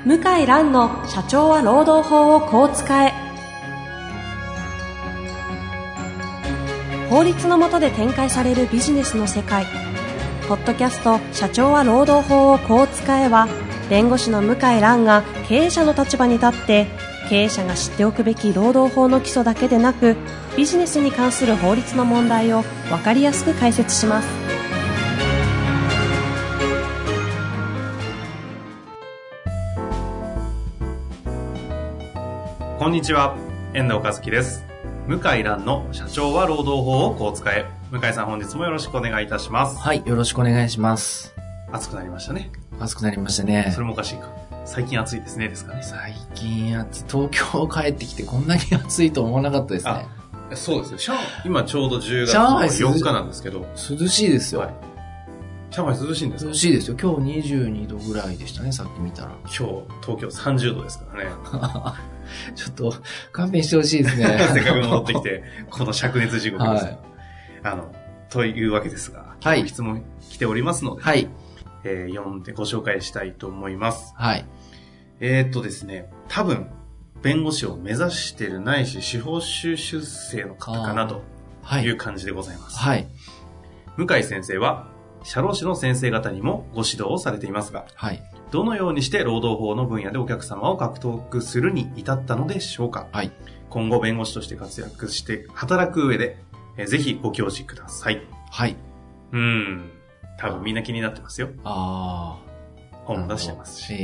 向井蘭の社長は労働法をこう使え。法律の下で展開されるビジネスの世界。ポッドキャスト社長は労働法をこう使えは、弁護士の向井蘭が経営者の立場に立って経営者が知っておくべき労働法の基礎だけでなく、ビジネスに関する法律の問題を分かりやすく解説します。 こんにちは、遠藤和樹です。向井蘭の社長は労働法をこう使え。向井さん、本日もよろしくお願いいたします。 はい、よろしくお願いします。 暑くなりましたね。 暑くなりましたね。 それもおかしいか。最近暑いですね、ですかね。 最近東京帰ってきてこんなに暑いと思わなかったですね。 そうですよ。今ちょうど10月の4日なんですけど。 涼しいですよ。はい、 上海涼しいんですか？ 涼しいですよ。今日22度ぐらいでしたね、さっき見たら。 今日、東京30度ですからね。 ちょっと、勘弁してほしいですね。 せっかく戻ってきて、この灼熱地獄です。はい、というわけですが、はい、質問来ておりますので、はい、読んでご紹介したいと思います。はい。ですね、多分、弁護士を目指しているないし、司法修習生の方かなという感じでございます。はい。向井先生は、社労士の先生方にもご指導をされていますが、はい。どのようにして労働法の分野でお客様を獲得するに至ったのでしょうか。はい。今後弁護士として活躍して働く上で、ぜひご教示ください。はい。多分みんな気になってますよ。本も出してますし。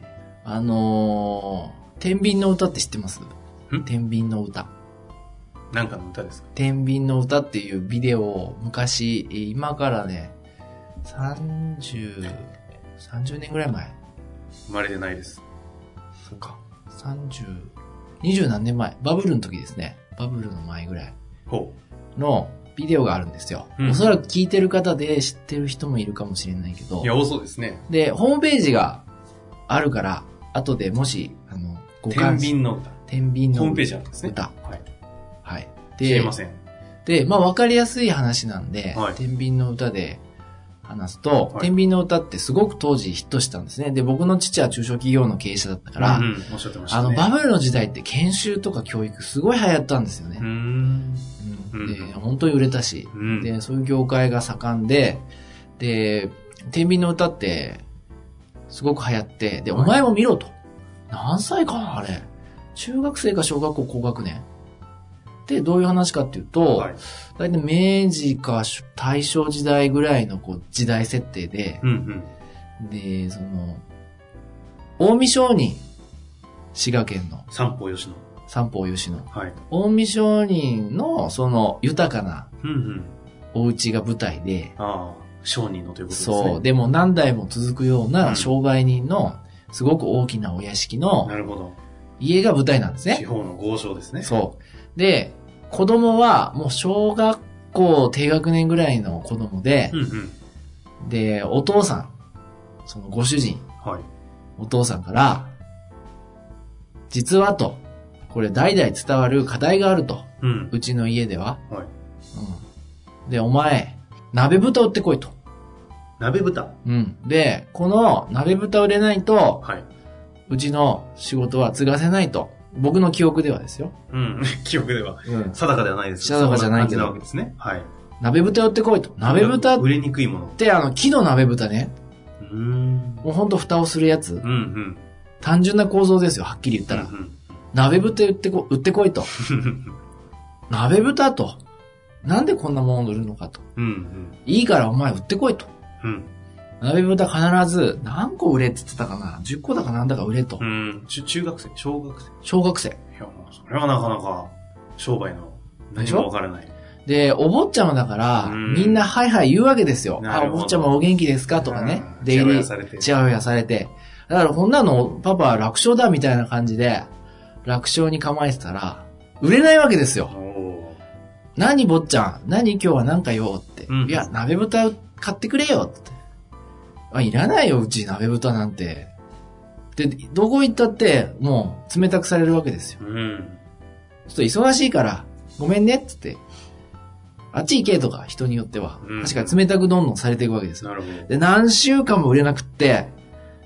天秤の歌って知ってます？天秤の歌。 なんかの歌ですか？ 天秤の歌っていうビデオを昔、今からね、30年ぐらい前。 生まれてないです。 そうか。20何年前。バブルの時ですね。バブルの前ぐらいのビデオがあるんですよ。おそらく聞いてる方で知ってる人もいるかもしれないけど。 いや、多そうですね。 で、ホームページがあるから、後でもし、 ご関心。天秤の歌。 天秤の歌。 ホームページあるんですね。 歌。はい。はい。 知りません。 で、わかりやすい話なんで、はい、天秤の歌で話すと、はい、天秤の歌ってすごく当時ヒットしたんですね。で、僕の父は中小企業の経営者だったから、 おっしゃってましたね。 バブルの時代って研修とか教育すごい流行ったんですよね。で、本当に売れたし、で、そういう業界が盛んで、で、天秤の歌ってすごく流行って、で、お前も見ろと。何歳かなあれ。中学生か小学校高学年。で、どういう話かっていうと、大体明治か大正時代ぐらいの時代設定で、で、近江商人、滋賀県の。 三方よしの。 はい。近江商人の豊かな、お家が舞台で、 商人のということですね。 そう。でも何代も続くような商売人の、すごく大きなお屋敷の、家が舞台なんですね。 地方の豪商ですね。 そう。で、子供はもう小学校低学年ぐらいの子供で、で、お父さん、ご主人、お父さんから、実はと、これ代々伝わる課題があると、うちの家では、で、お前、鍋豚売ってこいと。 鍋豚？ で、この鍋豚売れないと、うちの仕事は継がせないと。僕の記憶ではですよ。 記憶では。定かではないです。 定かじゃないけど。 わけですね。はい。 鍋豚売ってこいと。鍋豚って。 売れにくいもの。 って木の鍋豚ね。もうほんと蓋をするやつ。単純な構造ですよ、はっきり言ったら。鍋豚売ってこいと。鍋豚と。なんでこんなもの売るのかと。いいからお前売ってこいと。鍋豚必ず何個売れって言ってたかな ?10 個だかなんだか売れと。 中学生小学生小学生。いや、それはなかなか商売の何もわからない。 で、お坊ちゃまだから、みんなはいはい言うわけですよ。お坊ちゃまお元気ですかとかね。 チヤホヤされて。 チヤホヤされて。だからこんなのパパは楽勝だみたいな感じで、楽勝に構えてたら、売れないわけですよ。何坊ちゃん何今日は何かよって。いや、鍋豚買ってくれよって。いらないよ、うち鍋豚なんて。で、どこ行ったって、もう冷たくされるわけですよ。ちょっと忙しいから、ごめんねって言って、あっち行けとか、人によっては。確かに冷たくどんどんされていくわけですよ。なるほど。で、何週間も売れなくって、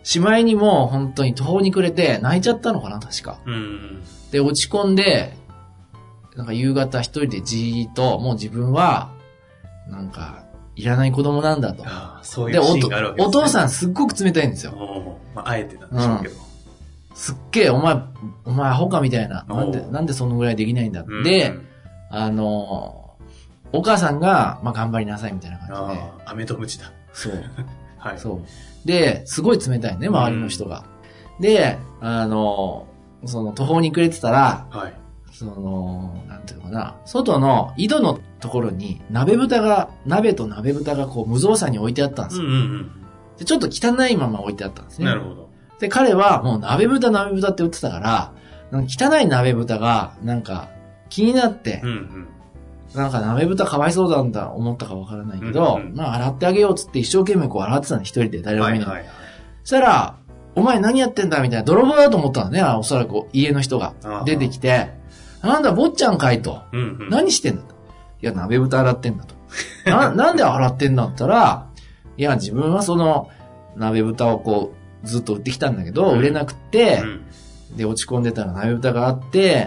しまいにも本当に途方に暮れて泣いちゃったのかな、確か。で、落ち込んで、なんか夕方一人でじーっと、もう自分は、なんか、いらない子供なんだと。 そういうシーンがあるわけですね。 お父さんすっごく冷たいんですよ。 あえてなんでしょうけど。 すっげえ、お前アホかみたいな。なんでそのぐらいできないんだって。お母さんが、頑張りなさいみたいな感じで。 飴とムチだ。 そう。 はい。 そう。で、すごい冷たいね、周りの人が。で、その途方に暮れてたら、はい。なんていうのかな、外の井戸のところに鍋と鍋蓋がこう無造作に置いてあったんですよ。で、ちょっと汚いまま置いてあったんですね。 なるほど。 で、彼はもう鍋蓋って言ってたから、汚い鍋蓋がなんか気になって、なんか鍋蓋かわいそうなんだ思ったかわからないけど、洗ってあげようっつって一生懸命こう洗ってたの、一人で誰も見ない。そしたら、お前何やってんだみたいな、泥棒だと思ったのね、おそらく家の人が出てきて、なんだ、坊ちゃんかいと。何してんだと。いや、鍋蓋洗ってんだと。なんで洗ってんだったら、いや、自分はその、鍋蓋をこう、ずっと売ってきたんだけど、売れなくって、で、落ち込んでたら鍋蓋があって、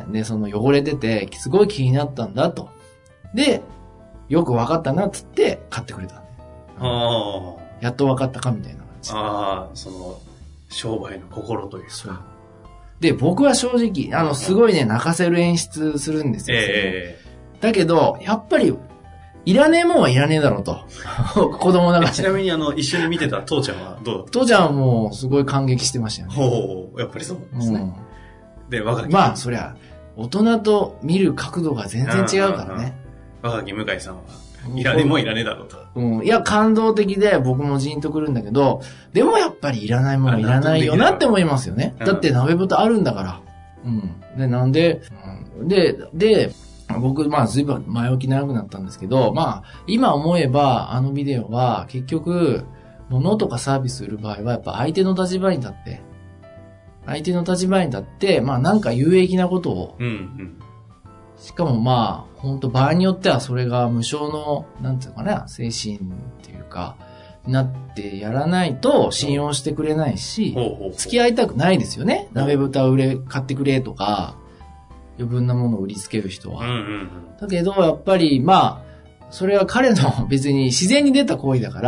で、その汚れてて、すごい気になったんだと。で、よく分かったなっつって買ってくれたんで。やっと分かったかみたいな感じ。 その、商売の心というか。 で、僕は正直、すごいね、泣かせる演出するんですよ。だけど、やっぱり、いらねえもんはいらねえだろうと。子供だから。 ちなみに一緒に見てた父ちゃんはどうだった？ 父ちゃんはもうすごい感激してましたよね。やっぱりそうなんですね。で、若き。そりゃ、大人と見る角度が全然違うからね。 若き向井さんは、いらねえもんいらねえだろうと。 いや、感動的で僕もジーンとくるんだけど、でもやっぱりいらないもんいらないよなって思いますよね。だって鍋蓋あるんだから。で、なんで、で、僕、ずいぶん前置き長くなったんですけど、今思えば、あのビデオは、結局、物とかサービス売る場合は、やっぱ相手の立場に立って、なんか有益なことを、しかも本当場合によってはそれが無償の、なんていうのかな、精神っていうか、なってやらないと信用してくれないし、付き合いたくないですよね。鍋蓋買ってくれとか、余分なものを売りつける人は。だけど、やっぱり、それは彼の別に自然に出た行為だから、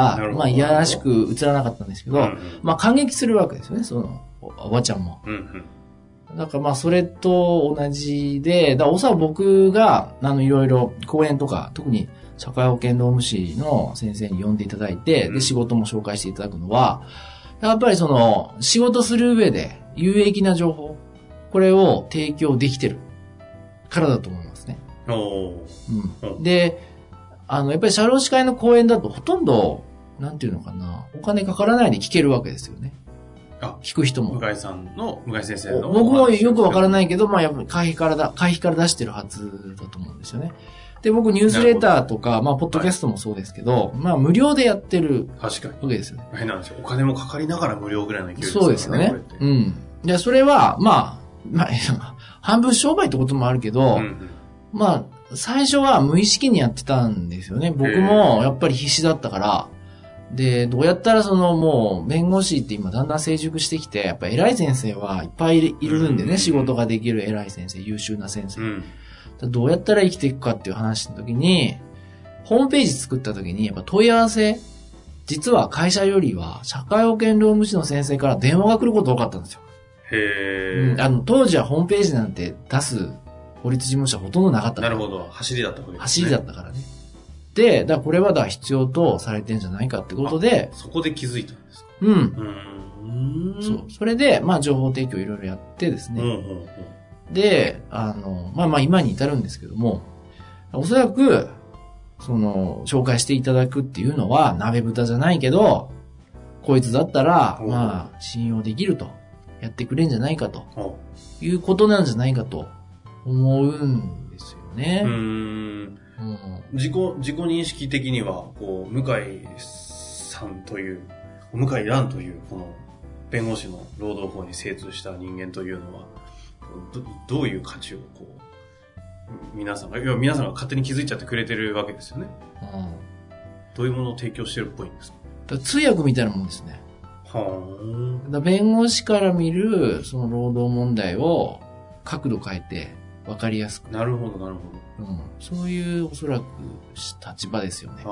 いやらしく映らなかったんですけど、感激するわけですよね、その、おばちゃんも。だからそれと同じで、おそらく僕が、いろいろ講演とか、特に社会保険労務士の先生に呼んでいただいて、で、仕事も紹介していただくのは、やっぱりその、仕事する上で有益な情報、これを提供できてるからだと思いますね。で、やっぱり社労士会の講演だとほとんど、なんていうのかな、お金かからないで聞けるわけですよね。聞く人も。 向井先生の。 僕もよくわからないけど、やっぱり会費から出してるはずだと思うんですよね。で、僕ニュースレターとか、ポッドキャストもそうですけど、無料でやってるわけですよね。 変なんですよ。お金もかかりながら無料ぐらいの勢いですからね。そうですよね。で、それは、半分商売ってこともあるけど、最初は無意識にやってたんですよね。僕もやっぱり必死だったから。で、どうやったらもう、弁護士って今だんだん成熟してきて、やっぱ偉い先生はいっぱいいるんでね、仕事ができる偉い先生、優秀な先生。どうやったら生きていくかっていう話の時に、ホームページ作った時に、やっぱ問い合わせ、実は会社よりは、社会保険労務士の先生から電話が来ること多かったんですよ。当時はホームページなんて出す法律事務所はほとんどなかったから。 なるほど。走りだったわけですね。 走りだったからね。で、これは必要とされてんじゃないかってことで。 そこで気づいたんですか？ そう。それで、情報提供いろいろやってですね。で、今に至るんですけども、おそらく、紹介していただくっていうのは、鍋蓋じゃないけど、こいつだったら、信用できると、やってくれんじゃないかと、いうことなんじゃないかと思うんですよね。 自己認識的には、向井さんという、向井蘭という、この、弁護士の労働法に精通した人間というのは、どういう価値を皆さんが勝手に気づいちゃってくれてるわけですよね。どういうものを提供してるっぽいんですか？ 通訳みたいなもんですね。 だ弁護士から見るその労働問題を角度変えて分かりやすく。 なるほど、なるほど。そういうおそらく立場ですよね。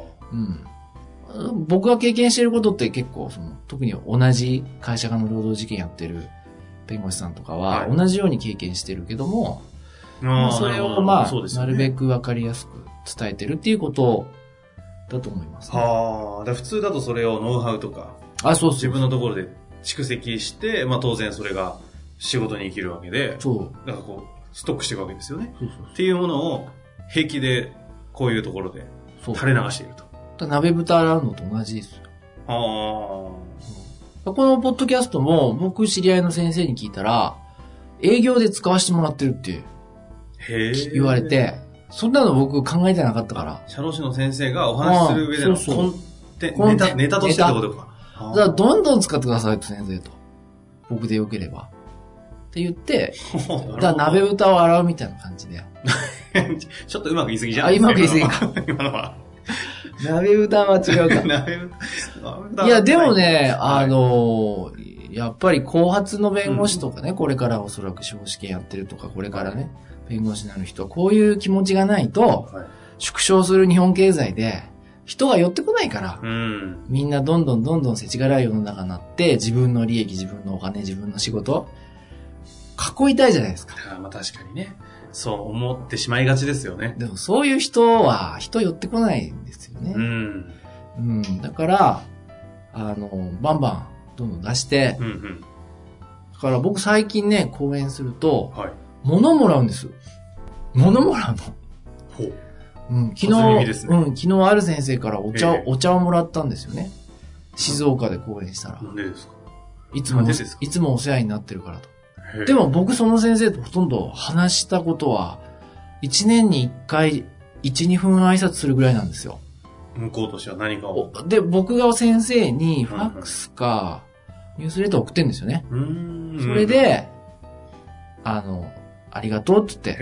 僕が経験していることって結構特に同じ会社間の労働事件やってる弁護士さんとかは同じように経験してるけども、それをなるべく分かりやすく伝えてるっていうことだと思います、ね。 普通だとそれをノウハウとか、自分のところで蓄積して、当然それが仕事に生きるわけで、だからストックしていくわけですよね。っていうものを平気でこういうところで垂れ流していると。 鍋蓋洗うのと同じですよ。このポッドキャストも僕知り合いの先生に聞いたら、営業で使わせてもらってるって言われて、そんなの僕考えてなかったから。 社労士の先生がお話しする上でのネタとしてってことか。 だからどんどん使ってくださいと先生と。僕でよければ。って言って、だから鍋蓋を洗うみたいな感じで。 ちょっとうまく言い過ぎじゃないですか。うまく言い過ぎか。今のは。鍋蓋は違うか。いや、でもね、やっぱり後発の弁護士とかね、これからおそらく司法試験やってるとか、これからね、弁護士になる人はこういう気持ちがないと、縮小する日本経済で、人が寄ってこないから、みんなどんどん世知辛い世の中になって、自分の利益、自分のお金、自分の仕事、囲いたいじゃないですか。 確かにね。そう思ってしまいがちですよね。 でもそういう人は人寄ってこないんですよね。だから、バンバンどんどん出して、だから僕最近ね、講演すると、物もらうんです。物もらうの。昨日ある先生からお茶をもらったんですよね。静岡で講演したら。 なんでですか？ いつもお世話になってるからと。でも僕その先生とほとんど話したことは、1年に1回、1、2分挨拶するぐらいなんですよ。 向こうとしては何かを。 で、僕が先生にファックスか、ニュースレター送ってるんですよね。それで、ありがとうって言って。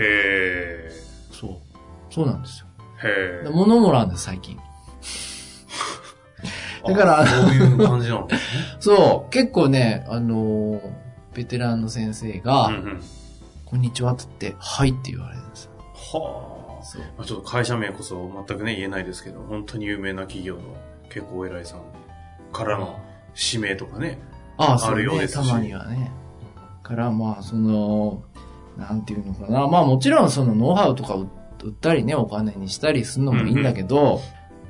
そうなんですよ。物もらうんです、最近。だから、 そういう感じなんですね。 そう、結構ね、ベテランの先生が、こんにちはって言って、はいって言われるんですよ。 ちょっと会社名こそ全くね、言えないですけど、本当に有名な企業の結構お偉いさんからの指名とかね、あるようですし。 たまにはね。からなんていうのかな。もちろんそのノウハウとか売ったりね、お金にしたりするのもいいんだけど、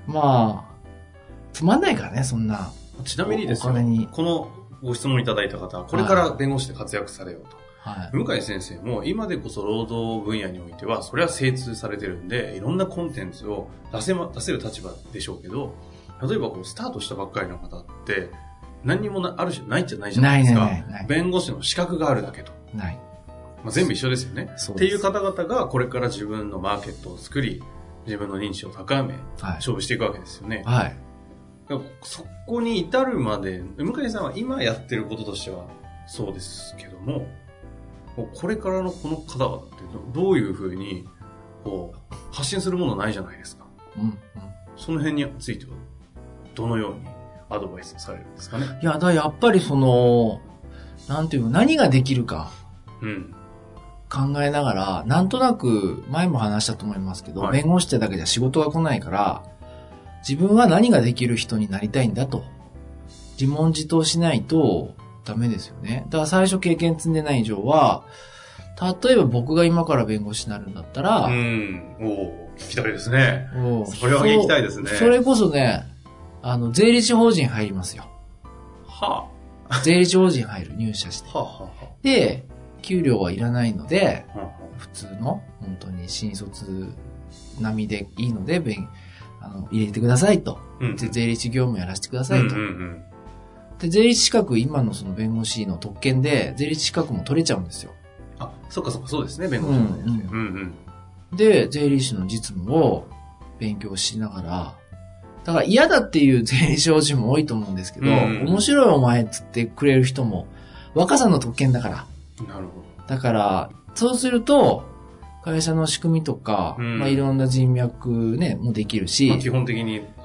つまんないからね、そんな。 ちなみにですね、このご質問いただいた方、これから弁護士で活躍されようと。向井先生も今でこそ労働分野においては、それは精通されてるんで、いろんなコンテンツを出せる立場でしょうけど、例えばスタートしたばっかりの方って、何にもある種ないじゃないですか。弁護士の資格があるだけと。全部一緒ですよね。っていう方々がこれから自分のマーケットを作り、自分の認知を高め、勝負していくわけですよね。そこに至るまで、向井さんは今やってることとしてはそうですけども、これからのこの方々ってどういうふうに発信するものないじゃないですか。その辺についてはどのようにアドバイスされるんですかね。 いや、やっぱりなんていうの、何ができるか考えながら、なんとなく前も話したと思いますけど、弁護士ってだけじゃ仕事が来ないから、自分は何ができる人になりたいんだと自問自答しないとダメですよね。だから最初経験積んでない以上は、例えば僕が今から弁護士になるんだったら、 聞きたいですね。それは聞きたいですね。 それこそね、税理士法人入りますよ。税理士法人入る、入社して。で、給料はいらないので、普通の本当に新卒並みでいいので入れてくださいと。で、税理士業務やらせてくださいと。で、税理士資格、今のその弁護士の特権で、税理士資格も取れちゃうんですよ。 そっかそうですね、弁護士の。 で、税理士の実務を勉強しながら、だから嫌だっていう税理士法人も多いと思うんですけど、面白いお前っつってくれる人も、若さの特権だから。 なるほど。 だから、そうすると、会社の仕組みとか、いろんな人脈ね、もできるし。 基本的に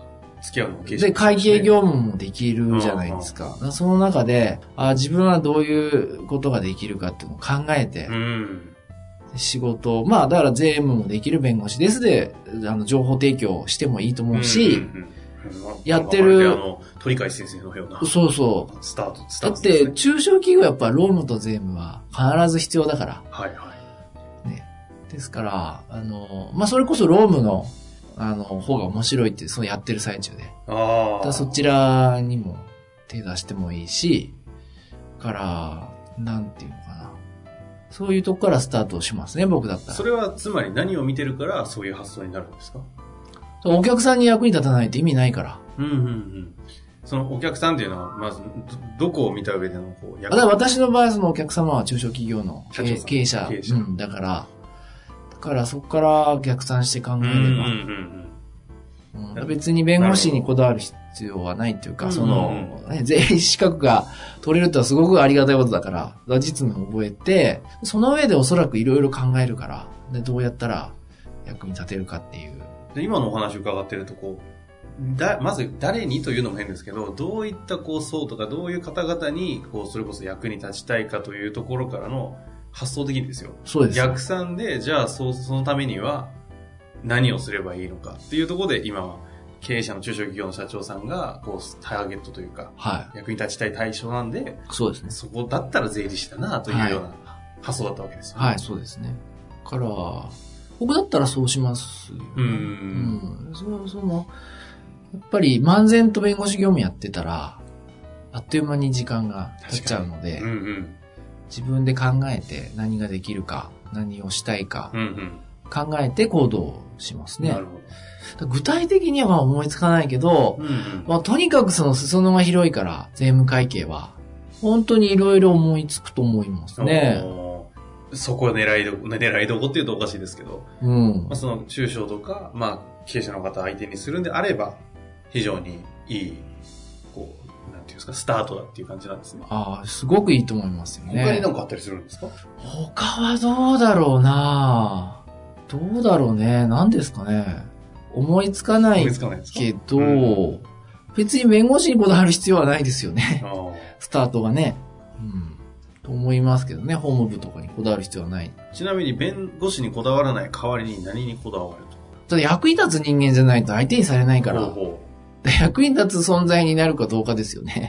付き合うのも経営者で、会計業務もできるじゃないですか。その中で、自分はどういうことができるかっていうのを考えて、仕事、だから税務もできる弁護士ですで、情報提供してもいいと思うし、やってる。 鳥海先生のような。 そうそう。 スタート、 だって、中小企業やっぱ労務と税務は必ず必要だから。 はいはい。 ね。ですから、それこそ労務の、方が面白いって、そのやってる最中で。そちらにも手出してもいいし、から、なんていうのかな。そういうとこからスタートしますね、僕だったら。 それはつまり何を見てるからそういう発想になるんですか？ お客さんに役に立たないと意味ないから。 そのお客さんっていうのは、まず、どこを見た上でのだから私の場合はそのお客様は中小企業の経営者。だからそこから逆算して考えれば。別に弁護士にこだわる必要はないっていうか、税理士資格が取れるとはすごくありがたいことだから、実務を覚えて、その上でおそらくいろいろ考えるから、でどうやったら役に立てるかっていう。 で今のお話を伺ってると、まず誰にというのも変ですけど、どういった層とかどういう方々にそれこそ役に立ちたいかというところからの発想的にですよ。 そうです。 逆算で、じゃあそのためには何をすればいいのかっていうところで、今は経営者の中小企業の社長さんがターゲットというか、役に立ちたい対象なんで、 そうですね。 そこだったら税理士だなというような発想だったわけですよね。 はい、そうですね。から僕だったらそうしますよ。やっぱり漫然と弁護士業務やってたら、あっという間に時間が経っちゃうので、自分で考えて何ができるか、何をしたいか、考えて行動しますね。 なるほど。具体的には思いつかないけど、とにかくその裾野が広いから、税務会計は、本当にいろいろ思いつくと思いますね。 そこを狙いどこっていうとおかしいですけど、その中小とか、経営者の方相手にするんであれば、非常にいい、なんていうんですか、スタートだっていう感じなんですね。 すごくいいと思いますよね。 他に何かあったりするんですか？ 他はどうだろうなどうだろうね。何ですかね。思いつかないけど、別に弁護士にこだわる必要はないですよね。スタートがね。と思いますけどね。法務部とかにこだわる必要はない。 ちなみに弁護士にこだわらない代わりに何にこだわると？ ただ役に立つ人間じゃないと相手にされないから。役に立つ存在になるかどうかですよね。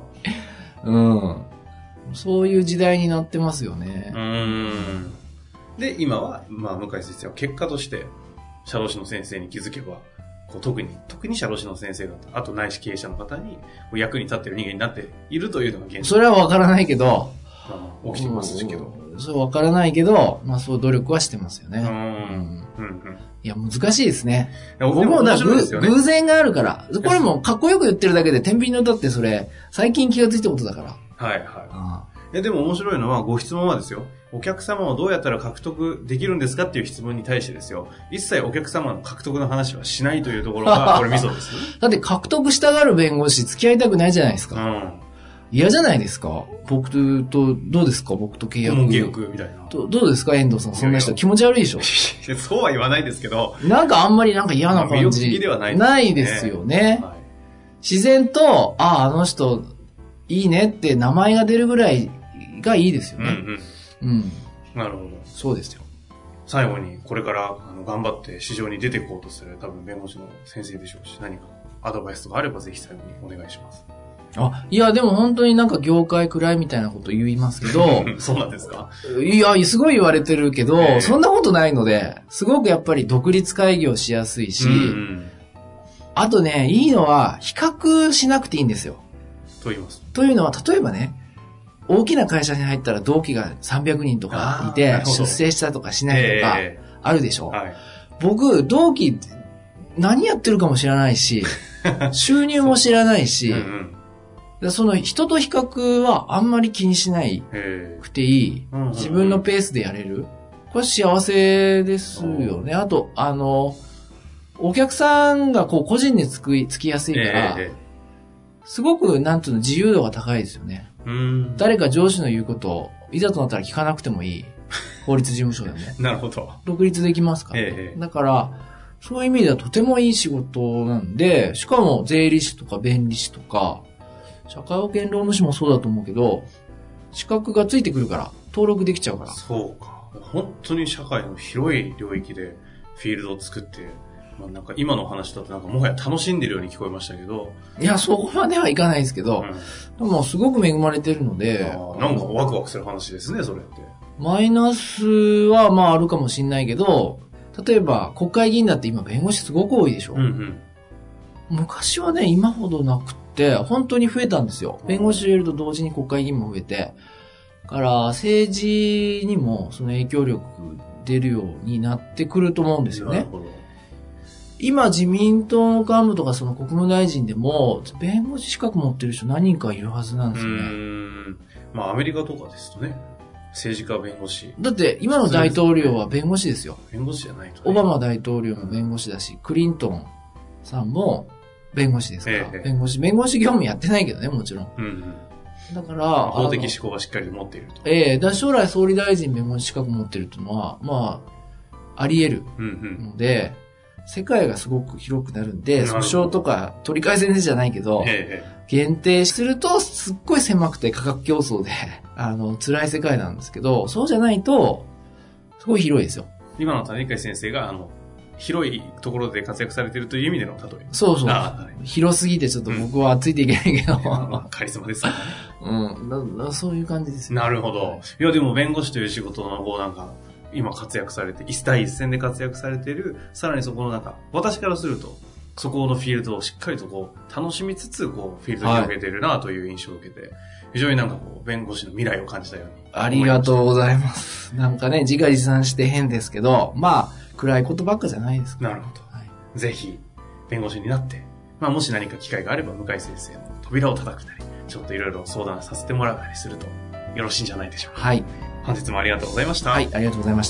そういう時代になってますよね。 で、今は、向井先生は結果として、社労士の先生に気づけば、特に社労士の先生方、あと内視経営者の方に役に立っている人間になっているというのが現状。 それはわからないけど、 起きてますけど。 それはわからないけど、そう努力はしてますよね。いや、難しいですね。僕も偶然があるから。これもかっこよく言ってるだけで、天秤の歌ってそれ、最近気がついたことだから。 でも面白いのは、ご質問はですよ。お客様をどうやったら獲得できるんですかっていう質問に対してですよ。一切お客様の獲得の話はしないというところが、これミソです。 だって獲得したがる弁護士付き合いたくないじゃないですか。嫌じゃないですか。僕と、どうですか僕と契約。 契約みたいな。 どうですか遠藤さん。そんな人気持ち悪いでしょ。 そうは言わないですけど。 なんかあんまり嫌な感じ。 魅力的ではないですね。ないですよね。自然と、あの人、いいねって名前が出るぐらいがいいですよね。 なるほど。 そうですよ。 最後に、これから頑張って市場に出ていこうとする多分弁護士の先生でしょうし、何かアドバイスとかあればぜひ最後にお願いします。 いや、でも本当になんか業界暗いみたいなこと言いますけど。 そうなんですか？ いや、すごい言われてるけど、そんなことないので、すごくやっぱり独立会議をしやすいし、あとね、いいのは、比較しなくていいんですよ。 と言います。 というのは、例えばね、大きな会社に入ったら同期が300人とかいて、出世したとかしないとか、あるでしょ。僕、同期、何やってるかも知らないし、収入も知らないし、その人と比較はあんまり気にしないくていい。自分のペースでやれる。これ幸せですよね。あと、お客さんが個人でつきやすいから、すごく自由度が高いですよね。誰か上司の言うことをいざとなったら聞かなくてもいい。法律事務所でも。 なるほど。 独立できますから、だから、 そういう意味ではとてもいい仕事なんで、しかも税理士とか弁理士とか、社会保険労務士もそうだと思うけど、資格がついてくるから、登録できちゃうから。 そうか。本当に社会の広い領域でフィールドを作って、まあ、なんか今の話だとなんかもはや楽しんでるように聞こえましたけど。 いや、そこまではいかないですけど、でもすごく恵まれてるので。 なんかワクワクする話ですね、それって。 マイナスはまああるかもしれないけど、例えば国会議員だって今弁護士すごく多いでしょ。昔はね、今ほどなくって本当に増えたんですよ。弁護士を入れると同時に国会議員も増えて、だから政治にもその影響力出るようになってくると思うんですよね。今自民党の幹部とかその国務大臣でも弁護士資格持ってる人何人かいるはずなんですよね。 まあアメリカとかですとね、政治家弁護士。 だって今の大統領は弁護士ですよ。 弁護士じゃないと、ね。 オバマ大統領も弁護士だし、クリントンさんも弁護士ですから、弁護士業務やってないけどね、もちろん。だから、 法的思考はしっかり持っていると。 だ将来総理大臣弁護士資格持ってるっていうのは、まあ、あり得るので、世界がすごく広くなるんで、訴訟とか取り返せねえじゃないけど、限定するとすっごい狭くて価格競争で、辛い世界なんですけど、そうじゃないと、すごい広いですよ。 今の谷口先生が、広いところで活躍されているという意味での例え。 そうそう。広すぎてちょっと僕はついていけないけど。 カリスマですからね。そういう感じですね。 なるほど。いやでも弁護士という仕事の方なんか、今活躍されて、第一線で活躍されている、さらにそこの中、私からすると、そこのフィールドをしっかりと楽しみつつ、フィールドを広げているなという印象を受けて、非常になんか弁護士の未来を感じたように。 ありがとうございます。なんかね、自画自賛して変ですけど、まあ、暗いことばっかじゃないですか。 なるほど。ぜひ、弁護士になって、まあもし何か機会があれば、向井先生の扉を叩くなり、ちょっといろいろ相談させてもらうなりすると、よろしいんじゃないでしょうか。 はい。 本日もありがとうございました。 はい、ありがとうございました。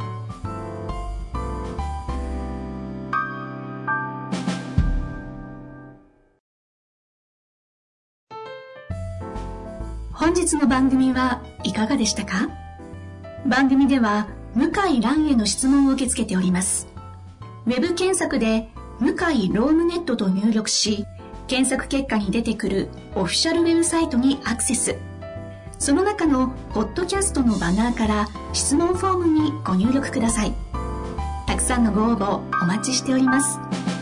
本日の番組はいかがでしたか？番組では向井蘭への質問を受け付けております。ウェブ検索で向井ロームネットと入力し、検索結果に出てくるオフィシャルウェブサイトにアクセス。その中のポッドキャストのバナーから質問フォームにご入力ください。たくさんのご応募お待ちしております。